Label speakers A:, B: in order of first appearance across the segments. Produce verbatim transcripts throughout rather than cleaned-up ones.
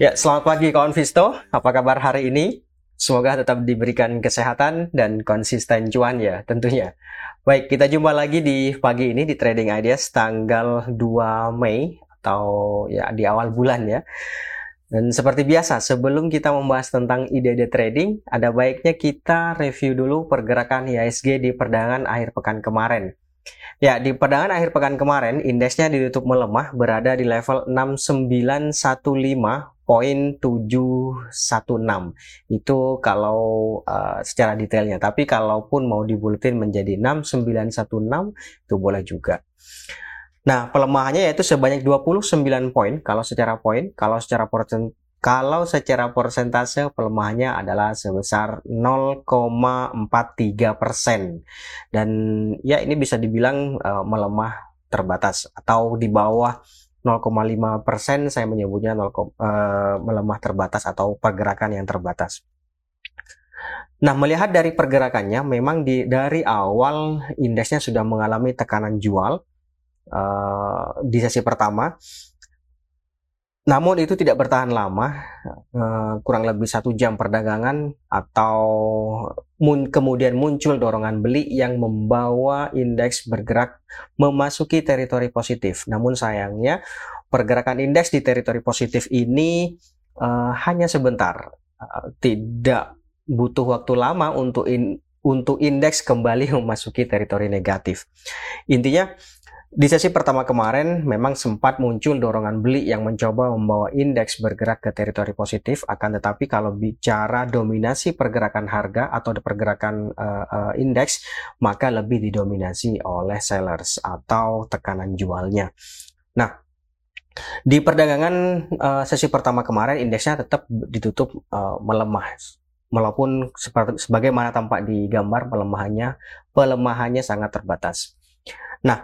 A: Ya, selamat pagi kawan Visto. Apa kabar hari ini? Semoga tetap diberikan kesehatan dan konsisten cuan ya tentunya. Baik, kita jumpa lagi di pagi ini di Trading Ideas tanggal dua Mei atau ya di awal bulan ya. Dan seperti biasa, sebelum kita membahas tentang ide-ide trading, ada baiknya kita review dulu pergerakan I H S G di perdagangan akhir pekan kemarin. Ya, di perdagangan akhir pekan kemarin, indeksnya ditutup melemah berada di level enam sembilan satu lima koma tujuh satu enam. Itu kalau uh, secara detailnya. Tapi kalaupun mau dibuletin menjadi enam sembilan satu enam, itu boleh juga. Nah, pelemahannya yaitu sebanyak dua puluh sembilan poin kalau secara poin, kalau secara persen Kalau secara persentase pelemahannya adalah sebesar nol koma empat tiga persen. Dan ya ini bisa dibilang uh, melemah terbatas atau di bawah nol koma lima persen, saya menyebutnya nol, uh, melemah terbatas atau pergerakan yang terbatas. Nah, melihat dari pergerakannya memang di dari awal indeksnya sudah mengalami tekanan jual uh, di sesi pertama. Namun itu tidak bertahan lama, kurang lebih satu jam perdagangan atau mun, kemudian muncul dorongan beli yang membawa indeks bergerak memasuki teritori positif. Namun sayangnya pergerakan indeks di teritori positif ini uh, hanya sebentar, uh, tidak butuh waktu lama untuk in, untuk indeks kembali memasuki teritori negatif. Intinya di sesi pertama kemarin memang sempat muncul dorongan beli yang mencoba membawa indeks bergerak ke teritori positif, akan tetapi kalau bicara dominasi pergerakan harga atau pergerakan uh, uh, indeks, maka lebih didominasi oleh sellers atau tekanan jualnya. Nah, di perdagangan uh, sesi pertama kemarin indeksnya tetap ditutup uh, melemah. Walaupun seperti sebagaimana tampak di gambar pelemahannya, pelemahannya sangat terbatas. Nah,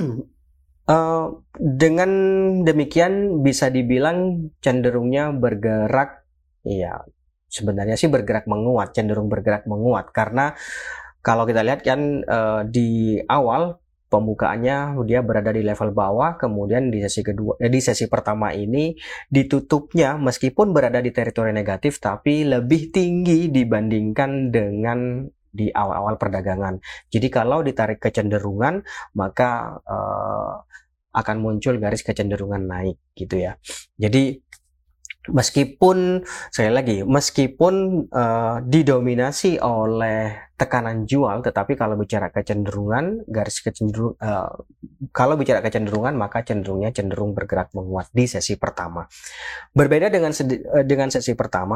A: Uh, dengan demikian bisa dibilang cenderungnya bergerak, ya sebenarnya sih bergerak menguat, cenderung bergerak menguat karena kalau kita lihat kan uh, di awal pembukaannya dia berada di level bawah, kemudian di sesi kedua, eh, di sesi pertama ini ditutupnya meskipun berada di teritori negatif tapi lebih tinggi dibandingkan dengan di awal-awal perdagangan. Jadi kalau ditarik kecenderungan maka uh, akan muncul garis kecenderungan naik gitu ya. Jadi meskipun sekali lagi meskipun uh, didominasi oleh tekanan jual, tetapi kalau bicara kecenderungan garis kecenderung uh, kalau bicara kecenderungan maka cenderungnya cenderung bergerak menguat di sesi pertama. Berbeda dengan uh, dengan sesi pertama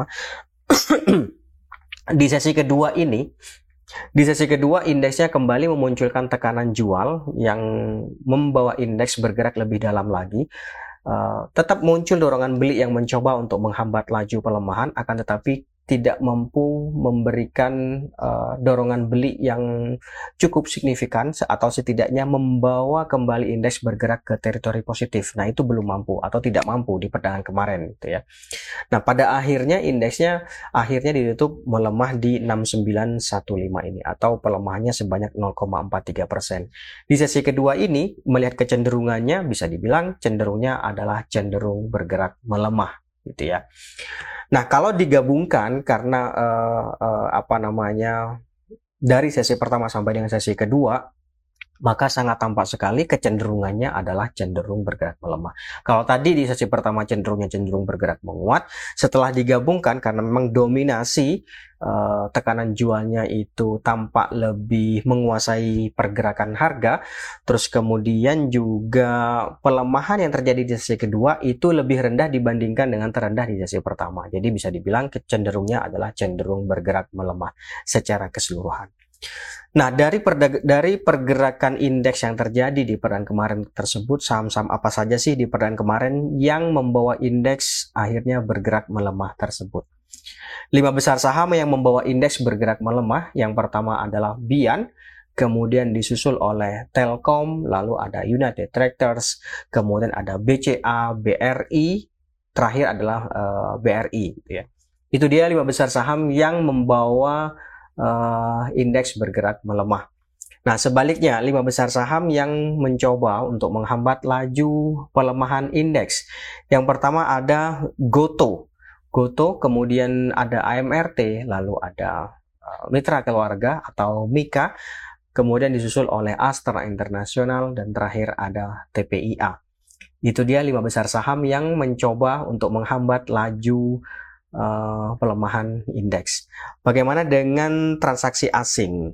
A: di sesi kedua ini Di sesi kedua, indeksnya kembali memunculkan tekanan jual yang membawa indeks bergerak lebih dalam lagi. Uh, tetap muncul dorongan beli yang mencoba untuk menghambat laju pelemahan, akan tetapi tidak mampu memberikan uh, dorongan beli yang cukup signifikan atau setidaknya membawa kembali indeks bergerak ke teritori positif. Nah, itu belum mampu atau tidak mampu di perdagangan kemarin gitu ya. Nah, pada akhirnya indeksnya akhirnya ditutup melemah di enam sembilan satu lima ini atau pelemahannya sebanyak nol koma empat tiga persen. Di sesi kedua ini melihat kecenderungannya bisa dibilang cenderungnya adalah cenderung bergerak melemah gitu ya. Nah, kalau digabungkan karena uh, uh, apa namanya dari sesi pertama sampai dengan sesi kedua, maka sangat tampak sekali kecenderungannya adalah cenderung bergerak melemah. Kalau tadi di sesi pertama cenderungnya cenderung bergerak menguat, setelah digabungkan karena memang dominasi uh, tekanan jualnya itu tampak lebih menguasai pergerakan harga, terus kemudian juga pelemahan yang terjadi di sesi kedua itu lebih rendah dibandingkan dengan terendah di sesi pertama. Jadi bisa dibilang cenderungnya adalah cenderung bergerak melemah secara keseluruhan. Nah, dari, dari pergerakan indeks yang terjadi di perdagangan kemarin tersebut, saham-saham apa saja sih di perdagangan kemarin yang membawa indeks akhirnya bergerak melemah tersebut? Lima besar saham yang membawa indeks bergerak melemah, yang pertama adalah Bian, kemudian disusul oleh Telkom, lalu ada United Tractors, kemudian ada B C A, B R I, terakhir adalah uh, B R I. Gitu ya. Itu dia lima besar saham yang membawa Uh, indeks bergerak melemah. Nah, sebaliknya, lima besar saham yang mencoba untuk menghambat laju pelemahan indeks. Yang pertama ada Goto. Goto, kemudian ada A M R T, lalu ada uh, Mitra Keluarga atau Mika, kemudian disusul oleh Astra International, dan terakhir ada T P I A. Itu dia lima besar saham yang mencoba untuk menghambat laju uh, pelemahan indeks. Bagaimana dengan transaksi asing?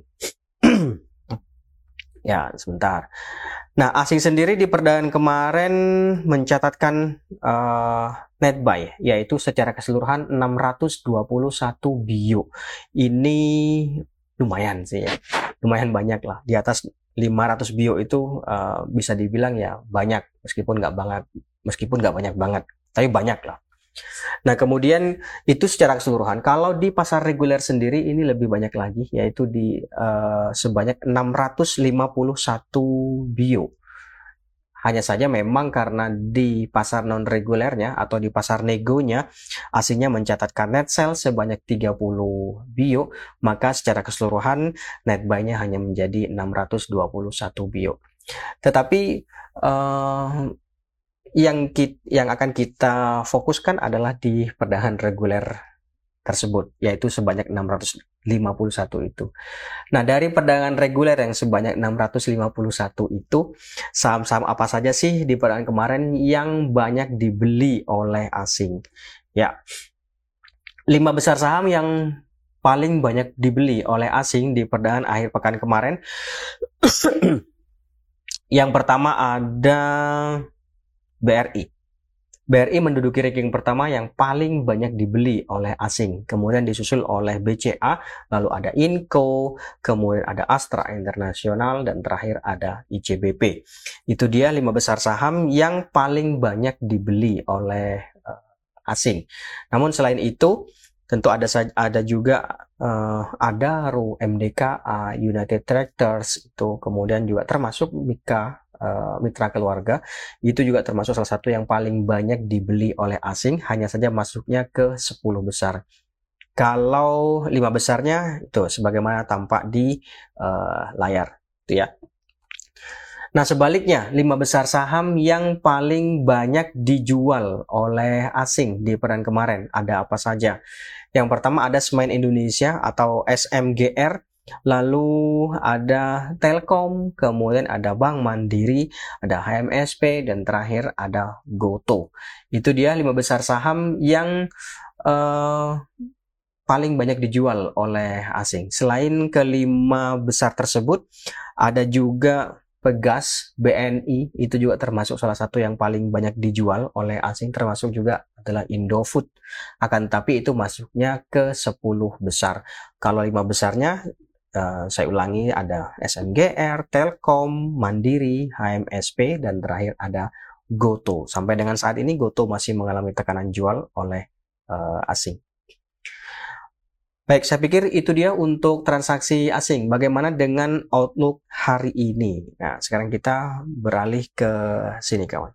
A: Ya, sebentar. Nah, asing sendiri di perdagangan kemarin mencatatkan uh, net buy, yaitu secara keseluruhan enam ratus dua puluh satu bio. Ini lumayan sih ya, lumayan banyak lah. Di atas lima ratus bio itu uh, bisa dibilang ya banyak, meskipun nggak banget, meskipun nggak banyak banget, tapi banyak lah. Nah, kemudian itu secara keseluruhan. Kalau di pasar reguler sendiri ini lebih banyak lagi, yaitu di uh, sebanyak enam ratus lima puluh satu bio. Hanya saja memang karena di pasar non-regulernya atau di pasar negonya, asingnya mencatatkan net sell sebanyak tiga puluh bio, maka secara keseluruhan net buy-nya hanya menjadi enam ratus dua puluh satu bio. Tetapi uh, yang kita, yang akan kita fokuskan adalah di perdagangan reguler tersebut, yaitu sebanyak enam ratus lima puluh satu itu. Nah, dari perdagangan reguler yang sebanyak enam ratus lima puluh satu itu, saham-saham apa saja sih di perdagangan kemarin yang banyak dibeli oleh asing? Ya, lima besar saham yang paling banyak dibeli oleh asing di perdagangan akhir pekan kemarin. Yang pertama ada B R I. B R I menduduki ranking pertama yang paling banyak dibeli oleh asing. Kemudian disusul oleh B C A, lalu ada Inco, kemudian ada Astra International, dan terakhir ada I C B P. Itu dia lima besar saham yang paling banyak dibeli oleh uh, asing. Namun selain itu, tentu ada ada juga uh, Adaro, M D K A, United Tractors, itu kemudian juga termasuk Mika, Uh, Mitra Keluarga, itu juga termasuk salah satu yang paling banyak dibeli oleh asing, hanya saja masuknya ke sepuluh besar. Kalau lima besarnya itu sebagaimana tampak di uh, layar, itu ya. Nah, sebaliknya, lima besar saham yang paling banyak dijual oleh asing di pekan kemarin ada apa saja? Yang pertama ada Semen Indonesia atau S M G R, lalu ada Telkom, kemudian ada Bank Mandiri, ada H M S P, dan terakhir ada Goto. Itu dia lima besar saham yang uh, paling banyak dijual oleh asing. Selain kelima besar tersebut, ada juga Pegas, B N I, itu juga termasuk salah satu yang paling banyak dijual oleh asing, termasuk juga adalah Indofood. Akan tapi itu masuknya ke sepuluh besar. Kalau lima besarnya, Uh, saya ulangi, ada S M G R, Telkom, Mandiri, H M S P, dan terakhir ada Goto. Sampai dengan saat ini Goto masih mengalami tekanan jual oleh uh, asing. Baik, saya pikir itu dia untuk transaksi asing. Bagaimana dengan outlook hari ini? Nah, sekarang kita beralih ke sini, kawan.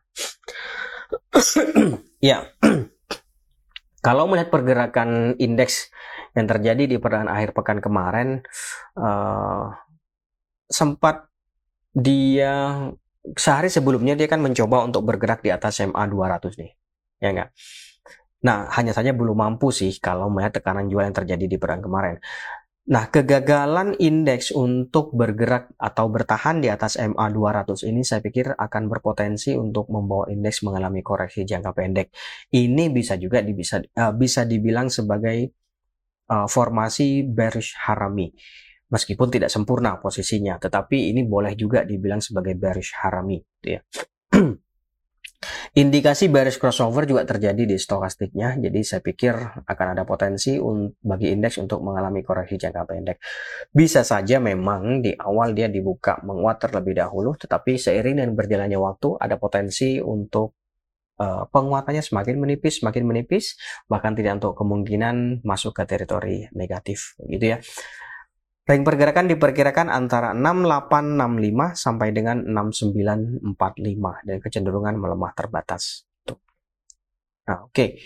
A: Ya, kalau melihat pergerakan indeks yang terjadi di perdagangan akhir pekan kemarin, uh, sempat dia sehari sebelumnya dia kan mencoba untuk bergerak di atas M A dua ratus nih, ya enggak? Nah, hanya saja belum mampu sih kalau melihat tekanan jual yang terjadi di perdagangan kemarin. Nah, kegagalan indeks untuk bergerak atau bertahan di atas M A dua ratus ini saya pikir akan berpotensi untuk membawa indeks mengalami koreksi jangka pendek. Ini bisa juga bisa uh, bisa dibilang sebagai Uh, formasi bearish harami. Meskipun tidak sempurna posisinya, tetapi ini boleh juga dibilang sebagai bearish harami, gitu ya. Indikasi bearish crossover juga terjadi di stokastiknya, jadi saya pikir akan ada potensi bagi indeks untuk mengalami koreksi jangka pendek. Bisa saja memang di awal dia dibuka menguat terlebih dahulu, tetapi seiring dengan berjalannya waktu ada potensi untuk Uh, penguatannya semakin menipis, semakin menipis, bahkan tidak untuk kemungkinan masuk ke teritori negatif, gitu ya. Range pergerakan diperkirakan antara enam delapan enam lima sampai dengan enam sembilan empat lima dan kecenderungan melemah terbatas. Tuh. Nah, oke. Okay.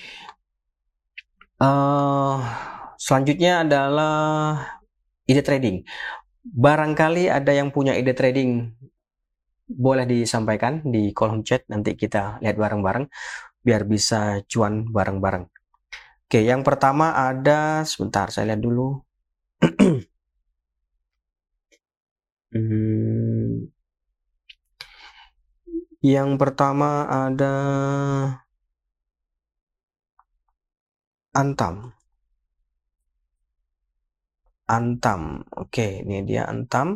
A: Uh, selanjutnya adalah ide trading. Barangkali ada yang punya ide trading, boleh disampaikan di kolom chat, nanti kita lihat bareng-bareng biar bisa cuan bareng-bareng. Oke, yang pertama ada, sebentar saya lihat dulu. hmm, yang pertama ada Antam. Antam. Oke, ini dia Antam.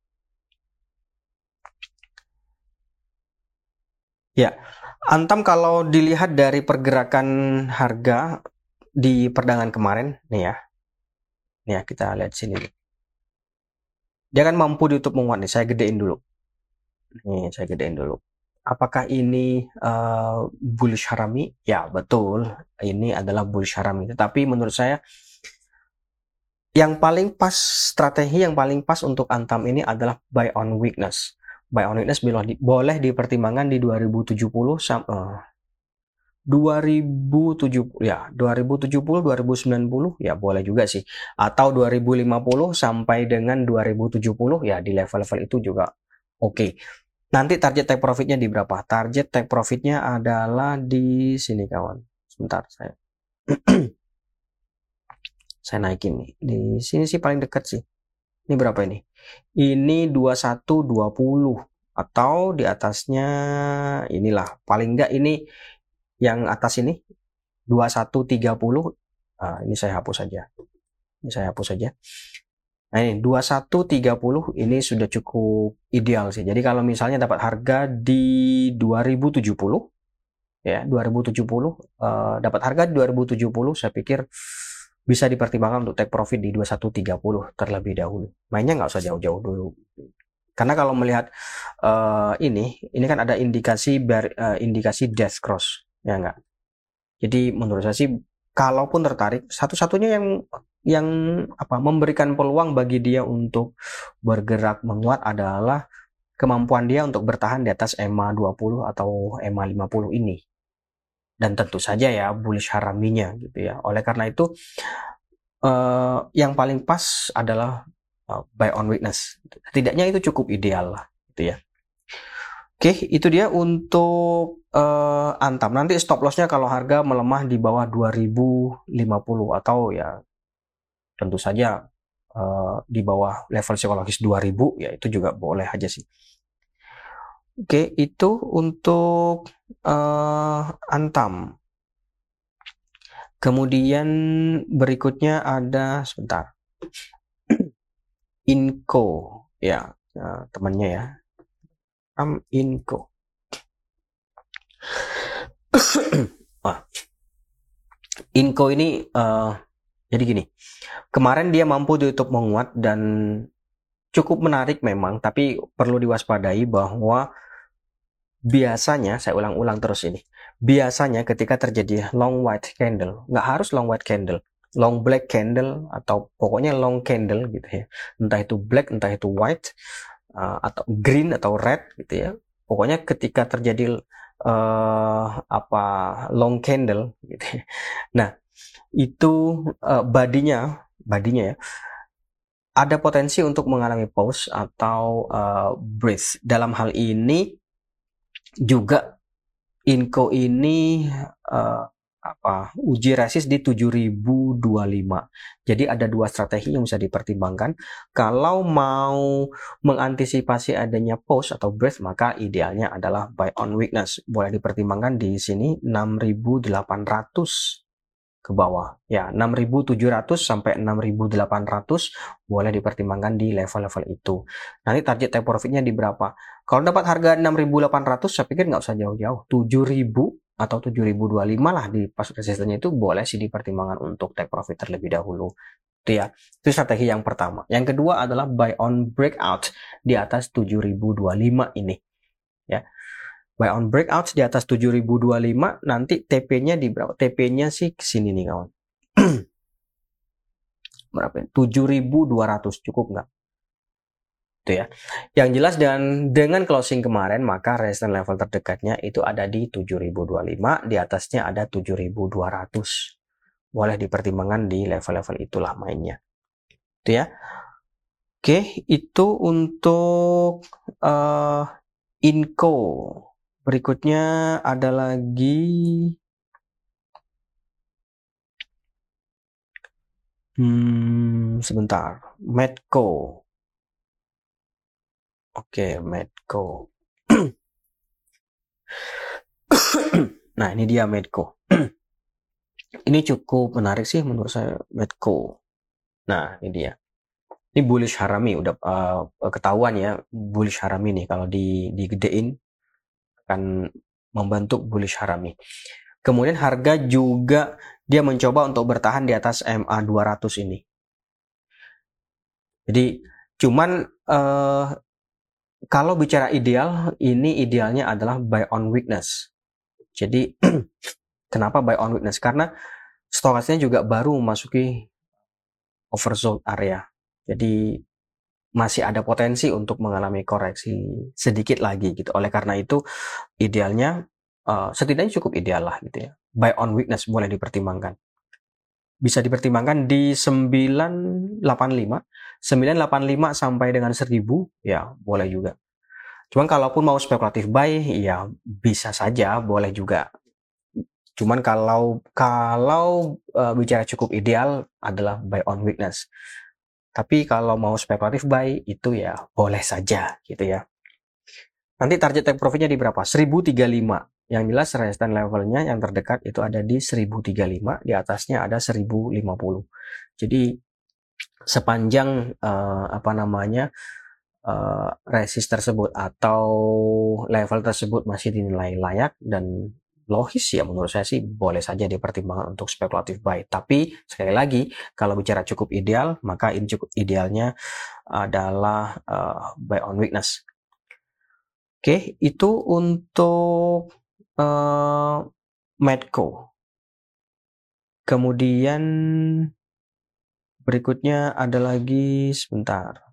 A: Ya, Antam kalau dilihat dari pergerakan harga di perdagangan kemarin, nih ya. Nih ya, kita lihat sini. Dia kan mampu ditutup menguat nih, saya gedein dulu. Nih, saya gedein dulu. Apakah ini uh, bullish harami? Ya, betul. Ini adalah bullish harami. Tetapi menurut saya yang paling pas, strategi yang paling pas untuk Antam ini adalah buy on weakness. Buy on weakness boleh dipertimbangkan di dua ribu tujuh puluh sampai uh, dua ribu tujuh puluh ya, dua ribu tujuh puluh, dua ribu sembilan puluh ya boleh juga sih. Atau dua ribu lima puluh sampai dengan dua ribu tujuh puluh ya, di level-level itu juga oke. Okay. Nanti target take profitnya di berapa? Target take profitnya adalah di sini kawan. Sebentar saya saya naikin nih. Di sini sih paling dekat sih. Ini berapa ini? Ini dua puluh satu dua puluh atau di atasnya inilah. Paling enggak ini yang atas ini dua puluh satu tiga puluh. Nah, ini saya hapus saja. Ini saya hapus saja. Nah, ini dua puluh satu tiga puluh ini sudah cukup ideal sih. Jadi kalau misalnya dapat harga di dua ribu tujuh puluh ya, dua ribu tujuh puluh uh, dapat harga di dua ribu tujuh puluh, saya pikir bisa dipertimbangkan untuk take profit di dua puluh satu tiga puluh terlebih dahulu. Mainnya nggak usah jauh-jauh dulu. Karena kalau melihat uh, ini, ini kan ada indikasi bar, uh, indikasi death cross, ya nggak? Jadi menurut saya sih, kalaupun tertarik, satu-satunya yang yang apa memberikan peluang bagi dia untuk bergerak menguat adalah kemampuan dia untuk bertahan di atas E M A dua puluh atau E M A lima puluh ini. Dan tentu saja ya bullish haraminya gitu ya. Oleh karena itu uh, yang paling pas adalah uh, buy on weakness. Setidaknya itu cukup ideal lah gitu ya. Oke, itu dia untuk uh, Antam. Nanti stop lossnya kalau harga melemah di bawah dua ribu lima puluh atau ya tentu saja uh, di bawah level psikologis dua ribu ya, itu juga boleh aja sih. Oke, itu untuk uh, Antam. Kemudian berikutnya ada, sebentar, Inco ya, uh, temannya ya, Am Inco. Wah, Inco ini uh, jadi gini, kemarin dia mampu ditutup menguat dan cukup menarik memang, tapi perlu diwaspadai bahwa biasanya, saya ulang-ulang terus ini, biasanya ketika terjadi long white candle, nggak harus long white candle, long black candle, atau pokoknya long candle gitu ya, entah itu black, entah itu white, uh, atau green, atau red gitu ya, pokoknya ketika terjadi uh, apa long candle gitu ya. Nah, itu uh, badinya, badinya ya, ada potensi untuk mengalami pause atau uh, breath. Dalam hal ini juga Inco ini uh, apa uji resist di tujuh ribu dua puluh lima. Jadi ada dua strategi yang bisa dipertimbangkan. Kalau mau mengantisipasi adanya pause atau breath, maka idealnya adalah buy on weakness. Boleh dipertimbangkan di sini enam ribu delapan ratus ke bawah. Ya, enam ribu tujuh ratus sampai enam ribu delapan ratus boleh dipertimbangkan di level-level itu. Nanti target take profitnya di berapa? Kalau dapat harga enam ribu delapan ratus, saya pikir nggak usah jauh-jauh. tujuh ribu atau tujuh ribu dua puluh lima lah di pas resistennya itu boleh sih dipertimbangkan untuk take profit terlebih dahulu. Itu ya. Itu strategi yang pertama. Yang kedua adalah buy on breakout di atas tujuh ribu dua puluh lima ini. Ya. Buy on breakout di atas tujuh ribu dua puluh lima, nanti T P-nya di berapa? T P-nya sih ke sini nih kawan. Berapa? tujuh ribu dua ratus cukup nggak? Itu ya. Yang jelas, dan dengan closing kemarin maka resistance level terdekatnya itu ada di tujuh ribu dua puluh lima, di atasnya ada tujuh ribu dua ratus. Boleh dipertimbangkan di level-level itulah mainnya. Itu ya. Oke, itu untuk uh, Inco. Berikutnya ada lagi hmm, sebentar, Medco. Oke, Medco. Nah, ini dia Medco. Ini cukup menarik sih menurut saya, Medco. Nah, ini dia. Ini bullish harami, udah uh, ketahuan ya, bullish harami nih kalau di digedein akan membentuk bullish harami. Kemudian harga juga dia mencoba untuk bertahan di atas M A dua ratus ini. Jadi cuman uh, kalau bicara ideal, ini idealnya adalah buy on weakness. Jadi kenapa buy on weakness? Karena stokasnya juga baru memasuki oversold area. Jadi masih ada potensi untuk mengalami koreksi sedikit lagi gitu. Oleh karena itu idealnya uh, setidaknya cukup ideal lah gitu ya. Buy on weakness boleh dipertimbangkan. Bisa dipertimbangkan di sembilan delapan lima, sembilan delapan lima sampai dengan seribu ya boleh juga. Cuman kalaupun mau spekulatif buy ya bisa saja, boleh juga. Cuman kalau kalau uh, bicara cukup ideal adalah buy on weakness. Tapi kalau mau spekulatif buy itu ya boleh saja gitu ya. Nanti target take profitnya di berapa? seribu tiga puluh lima. Yang jelas resistance levelnya yang terdekat itu ada di seribu tiga puluh lima, di atasnya ada seribu lima puluh. Jadi sepanjang uh, apa namanya uh, resist tersebut atau level tersebut masih dinilai layak dan logis ya menurut saya sih boleh saja dipertimbangkan untuk spekulatif buy. Tapi sekali lagi kalau bicara cukup ideal maka ini cukup idealnya adalah uh, buy on weakness. Oke, itu untuk uh, Medco. Kemudian berikutnya ada lagi sebentar.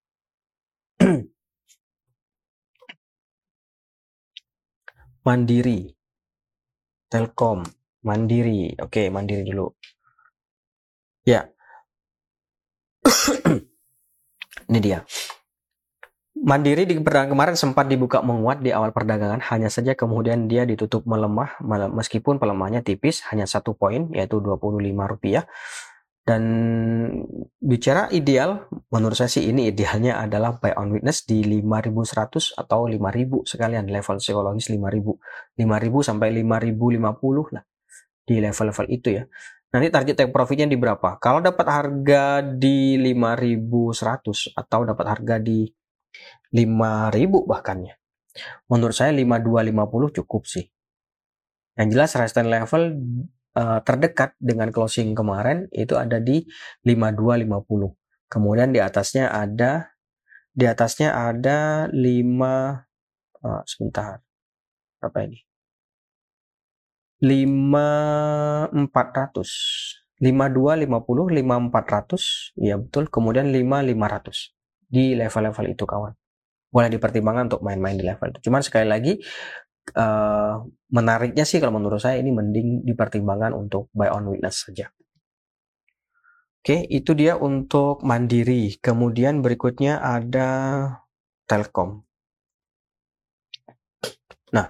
A: Mandiri. Telkom, Mandiri. Oke, Mandiri dulu. Ya. Ini dia. Mandiri di perdagangan kemarin sempat dibuka menguat di awal perdagangan, hanya saja kemudian dia ditutup melemah, meskipun pelemahannya tipis, hanya satu poin, yaitu dua puluh lima rupiah. Dan bicara ideal, menurut saya sih ini idealnya adalah buy on weakness di lima ribu seratus atau lima ribu sekalian, level psikologis lima ribu. lima ribu sampai lima ribu lima puluh lah, di level-level itu ya. Nanti target take profitnya di berapa? Kalau dapat harga di lima ribu seratus atau dapat harga di lima ribu bahkan ya. Menurut saya lima ribu dua ratus lima puluh cukup sih. Yang jelas resistance level uh, terdekat dengan closing kemarin itu ada di lima ribu dua ratus lima puluh. Kemudian di atasnya ada di atasnya ada lima uh, sebentar. Berapa ini? lima ribu empat ratus. lima ribu dua ratus lima puluh, lima ribu empat ratus, ya betul. Kemudian lima ribu lima ratus. Di level-level itu kawan. Boleh dipertimbangkan untuk main-main di level itu. Cuman sekali lagi uh, menariknya sih kalau menurut saya ini mending dipertimbangkan untuk buy on weakness saja. Oke, itu dia untuk Mandiri. Kemudian berikutnya ada Telkom. Nah,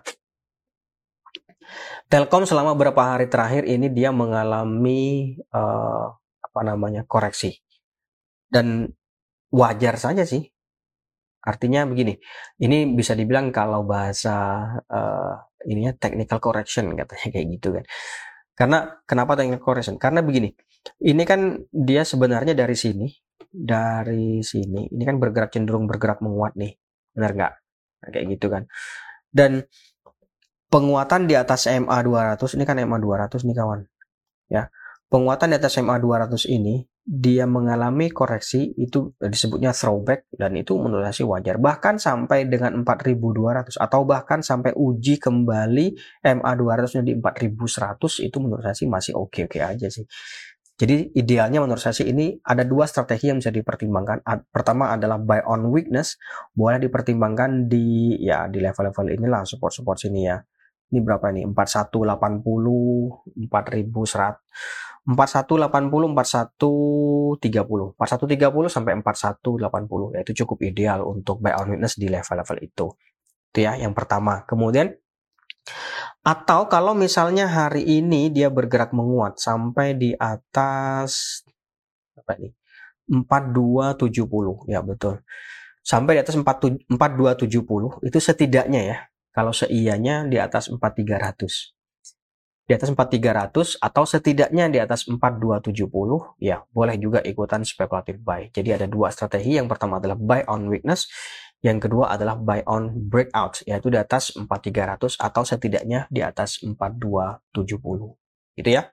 A: Telkom selama beberapa hari terakhir ini dia mengalami uh, apa namanya koreksi. Dan wajar saja sih. Artinya begini, ini bisa dibilang kalau bahasa uh, ininya technical correction katanya kayak gitu kan. Karena kenapa technical correction? Karena begini, ini kan dia sebenarnya dari sini, dari sini, ini kan bergerak cenderung bergerak menguat nih, benar nggak? Nah, kayak gitu kan. Dan penguatan di atas M A dua ratus, ini kan M A dua ratus nih kawan, ya. Penguatan di atas M A dua ratus ini dia mengalami koreksi itu disebutnya throwback dan itu menurut saya wajar. Bahkan sampai dengan empat ribu dua ratus atau bahkan sampai uji kembali M A dua ratus-nya di empat ribu seratus itu menurut saya sih masih oke-oke aja sih. Jadi idealnya menurut saya sih ini ada dua strategi yang bisa dipertimbangkan. Pertama adalah buy on weakness, boleh dipertimbangkan di ya di level-level inilah support-support sini ya. Ini berapa nih? empat ribu seratus delapan puluh, empat ribu seratus. empat satu delapan puluh, empat satu tiga puluh. empat satu tiga puluh sampai empat satu delapan puluh. Ya, itu cukup ideal untuk buy on weakness di level-level itu. Itu ya yang pertama. Kemudian atau kalau misalnya hari ini dia bergerak menguat sampai di atas apa nih? empat dua tujuh puluh. Ya, betul. Sampai di atas empat dua tujuh puluh itu setidaknya ya. Kalau seianya di atas empat tiga ratus. Di atas empat tiga ratus atau setidaknya di atas empat dua tujuh puluh, ya boleh juga ikutan spekulatif buy. Jadi ada dua strategi. Yang pertama adalah buy on weakness, yang kedua adalah buy on breakout, yaitu di atas empat tiga ratus atau setidaknya di atas empat dua tujuh puluh. Gitu ya.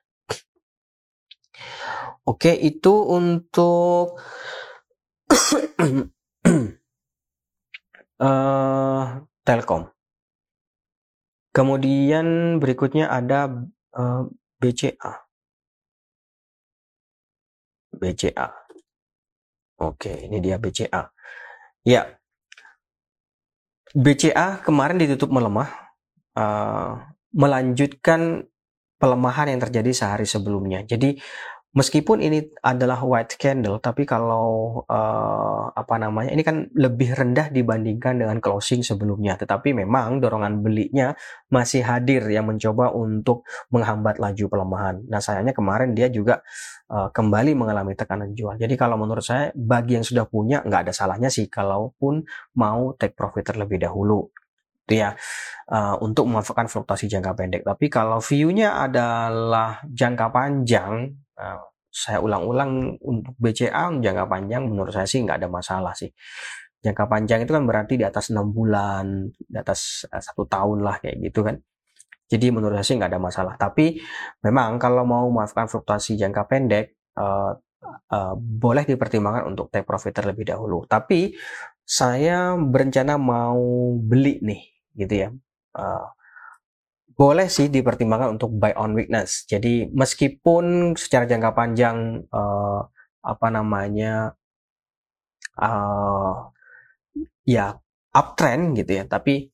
A: Oke, itu untuk uh, Telkom. Kemudian berikutnya ada uh, B C A. B C A. Oke, ini dia B C A. Ya, B C A kemarin ditutup melemah, uh, melanjutkan pelemahan yang terjadi sehari sebelumnya. Jadi meskipun ini adalah white candle, tapi kalau uh, apa namanya, ini kan lebih rendah dibandingkan dengan closing sebelumnya. Tetapi memang dorongan belinya masih hadir yang mencoba untuk menghambat laju pelemahan. Nah, sayangnya kemarin dia juga uh, kembali mengalami tekanan jual. Jadi kalau menurut saya, bagi yang sudah punya, nggak ada salahnya sih kalaupun mau take profit terlebih dahulu. Itu ya, uh, untuk memanfaatkan fluktuasi jangka pendek. Tapi kalau view-nya adalah jangka panjang, uh, saya ulang-ulang untuk B C A jangka panjang menurut saya sih nggak ada masalah sih. Jangka panjang itu kan berarti di atas enam bulan, di atas uh, satu tahun lah kayak gitu kan. Jadi menurut saya sih nggak ada masalah. Tapi memang kalau mau memanfaatkan fluktuasi jangka pendek, uh, uh, boleh dipertimbangkan untuk take profit terlebih dahulu. Tapi saya berencana mau beli nih, gitu ya. Uh, boleh sih dipertimbangkan untuk buy on weakness. Jadi meskipun secara jangka panjang uh, apa namanya uh, ya uptrend gitu ya, tapi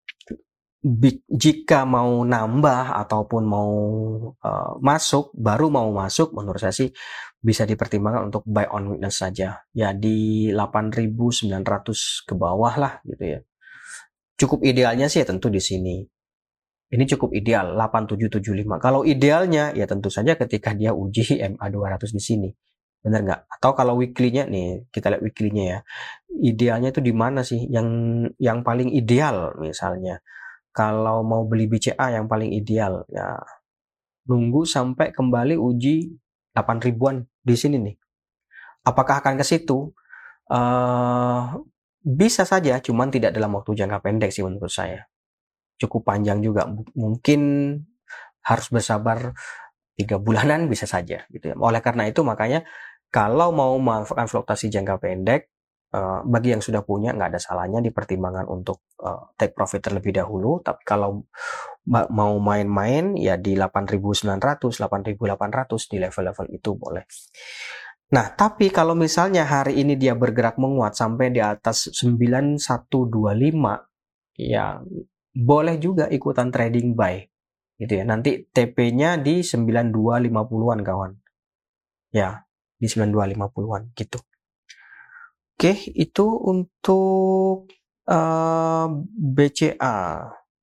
A: jika mau nambah ataupun mau uh, masuk, baru mau masuk, menurut saya sih bisa dipertimbangkan untuk buy on weakness saja. Ya di delapan ribu sembilan ratus ke bawah lah gitu ya. Cukup idealnya sih ya tentu di sini. Ini cukup ideal delapan tujuh tujuh lima. Kalau idealnya ya tentu saja ketika dia uji M A dua ratus di sini. Benar nggak? Atau kalau weekly-nya nih, kita lihat weekly-nya ya. Idealnya itu di mana sih? Yang yang paling ideal misalnya. Kalau mau beli B C A yang paling ideal ya nunggu sampai kembali uji delapan ribuan di sini nih. Apakah akan ke situ? Uh, bisa saja, cuman tidak dalam waktu jangka pendek sih menurut saya. Cukup panjang juga, mungkin harus bersabar tiga bulanan bisa saja gitu ya. Oleh karena itu makanya kalau mau memanfaatkan fluktuasi jangka pendek, uh, bagi yang sudah punya nggak ada salahnya dipertimbangkan untuk uh, take profit terlebih dahulu. Tapi kalau mau main-main ya di delapan ribu sembilan ratus, delapan ribu delapan ratus di level-level itu boleh. Nah, tapi kalau misalnya hari ini dia bergerak menguat sampai di atas sembilan satu dua lima, ya boleh juga ikutan trading buy gitu ya. Nanti T P-nya di sembilan dua lima puluhan kawan. Ya, di sembilan dua lima puluhan gitu. Oke, itu untuk uh, B C A.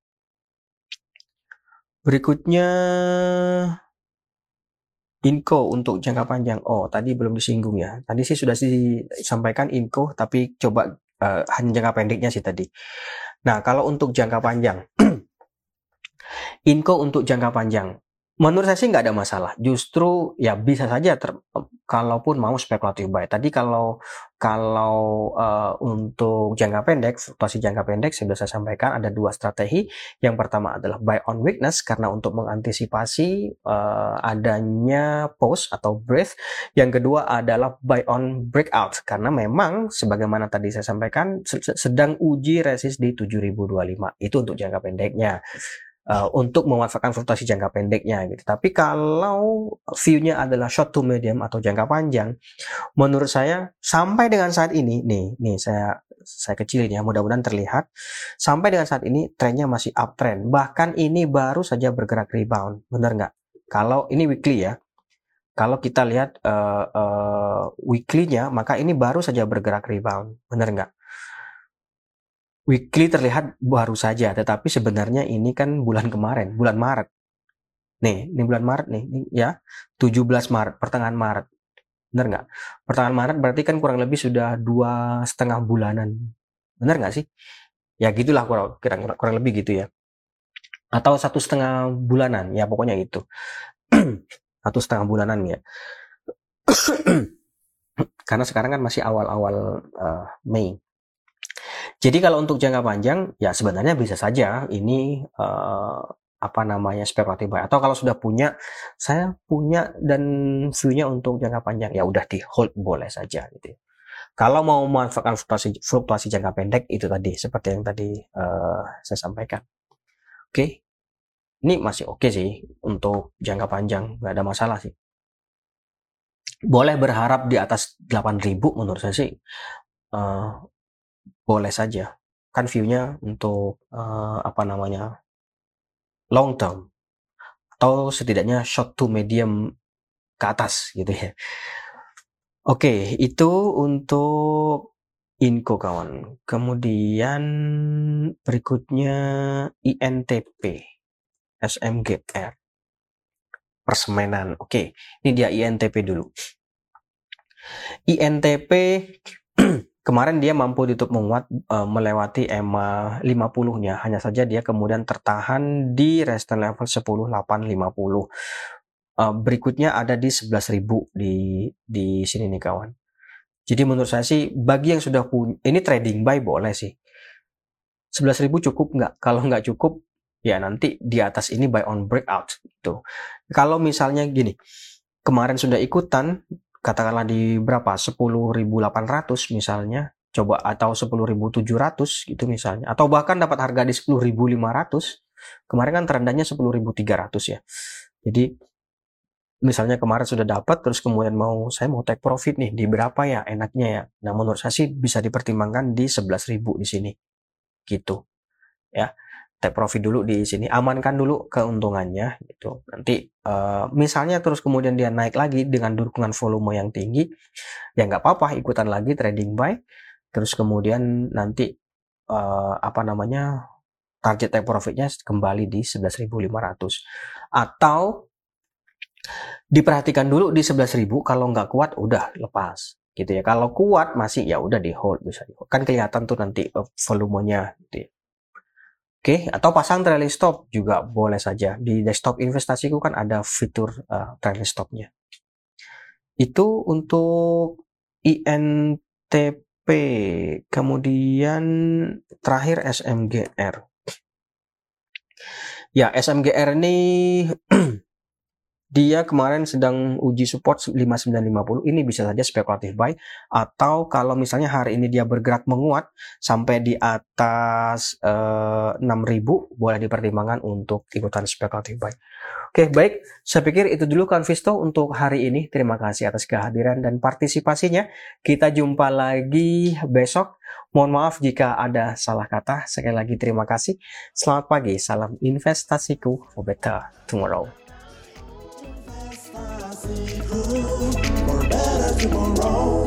A: Berikutnya Inco untuk jangka panjang. Oh, tadi belum disinggung ya. Tadi sih sudah disampaikan Inco, tapi coba uh, hanya jangka pendeknya sih tadi. Nah, kalau untuk jangka panjang, Inco untuk jangka panjang, menurut saya sih nggak ada masalah. Justru ya bisa saja ter, kalaupun mau spekulatif buy. Tadi kalau kalau uh, untuk jangka pendek, fluktuasi jangka pendek saya sudah saya sampaikan ada dua strategi. Yang pertama adalah buy on weakness karena untuk mengantisipasi uh, adanya pause atau breath. Yang kedua adalah buy on breakout karena memang sebagaimana tadi saya sampaikan sedang uji resist di tujuh ribu dua puluh lima. Itu untuk jangka pendeknya. Uh, untuk memanfaatkan fluktuasi jangka pendeknya gitu. Tapi kalau view-nya adalah short to medium atau jangka panjang, menurut saya sampai dengan saat ini, nih, nih saya saya kecilin ya, mudah-mudahan terlihat. Sampai dengan saat ini trennya masih uptrend. Bahkan ini baru saja bergerak rebound, benar nggak? Kalau ini weekly ya, Kalau kita lihat uh, uh, weekly-nya, maka ini baru saja bergerak rebound, benar nggak? Weekly terlihat baru saja, tetapi sebenarnya ini kan bulan kemarin, bulan Maret. Nih, ini bulan Maret nih, ya, tujuh belas Maret, pertengahan Maret. Benar nggak? Pertengahan Maret berarti kan kurang lebih sudah dua setengah bulanan. Benar nggak sih? Ya gitulah kurang, kurang, kurang lebih gitu ya. Atau satu setengah bulanan, ya pokoknya itu. Satu setengah bulanan ya. Karena sekarang kan masih awal-awal uh, Mei. Jadi kalau untuk jangka panjang, ya sebenarnya bisa saja ini uh, apa namanya spekulatif buy. Atau kalau sudah punya, saya punya dan view-nya untuk jangka panjang, ya udah di hold boleh saja gitu. Kalau mau memanfaatkan fluktuasi, fluktuasi jangka pendek itu tadi seperti yang tadi uh, saya sampaikan. Oke, okay. Ini masih oke okay sih untuk jangka panjang, nggak ada masalah sih. Boleh berharap di atas delapan ribu menurut saya sih. Uh, boleh saja, kan view-nya untuk uh, apa namanya long term atau setidaknya short to medium ke atas gitu ya. Oke, itu untuk Inco kawan. Kemudian berikutnya I N T P, S M G R, persemenan. Oke, ini dia I N T P dulu. I N T P kemarin dia mampu ditutup menguat uh, melewati E M A lima puluh-nya. Hanya saja dia kemudian tertahan di resistance level sepuluh delapan lima puluh. Uh, berikutnya ada di sebelas ribu di di sini nih kawan. Jadi menurut saya sih bagi yang sudah punya, ini trading buy boleh sih. sebelas ribu cukup nggak? Kalau nggak cukup, ya nanti di atas ini buy on breakout gitu. Kalau misalnya gini, kemarin sudah ikutan, katakanlah di berapa? sepuluh ribu delapan ratus misalnya, coba atau sepuluh ribu tujuh ratus gitu misalnya, atau bahkan dapat harga di sepuluh ribu lima ratus. Kemarin kan trendanya sepuluh ribu tiga ratus ya. Jadi misalnya kemarin sudah dapat, terus kemudian mau saya mau take profit nih di berapa ya enaknya ya. Nah menurut saya sih bisa dipertimbangkan di sebelas ribu di sini, gitu ya. Take profit dulu di sini, amankan dulu keuntungannya gitu. Nanti uh, misalnya terus kemudian dia naik lagi dengan dukungan volume yang tinggi, ya nggak apa-apa ikutan lagi trading buy. Terus kemudian nanti uh, apa namanya target take profitnya kembali di sebelas ribu lima ratus. Atau diperhatikan dulu di sebelas ribu, kalau nggak kuat udah lepas gitu ya. Kalau kuat masih ya udah di hold, bisa di hold. Kan kelihatan tuh nanti uh, volumenya gitu ya. Oke, atau pasang trailing stop juga boleh saja. Di desktop investasiku kan ada fitur uh, trailing stopnya. Itu untuk I N T P. Kemudian terakhir S M G R. Ya, S M G R ini dia kemarin sedang uji support lima sembilan lima nol. Ini bisa saja spekulatif buy, atau kalau misalnya hari ini dia bergerak menguat sampai di atas eh, enam ribu, boleh dipertimbangkan untuk ikutan spekulatif buy. Oke, baik. Saya pikir itu dulu Convisto untuk hari ini. Terima kasih atas kehadiran dan partisipasinya. Kita jumpa lagi besok. Mohon maaf jika ada salah kata. Sekali lagi terima kasih. Selamat pagi. Salam investasiku for better tomorrow. For better tomorrow.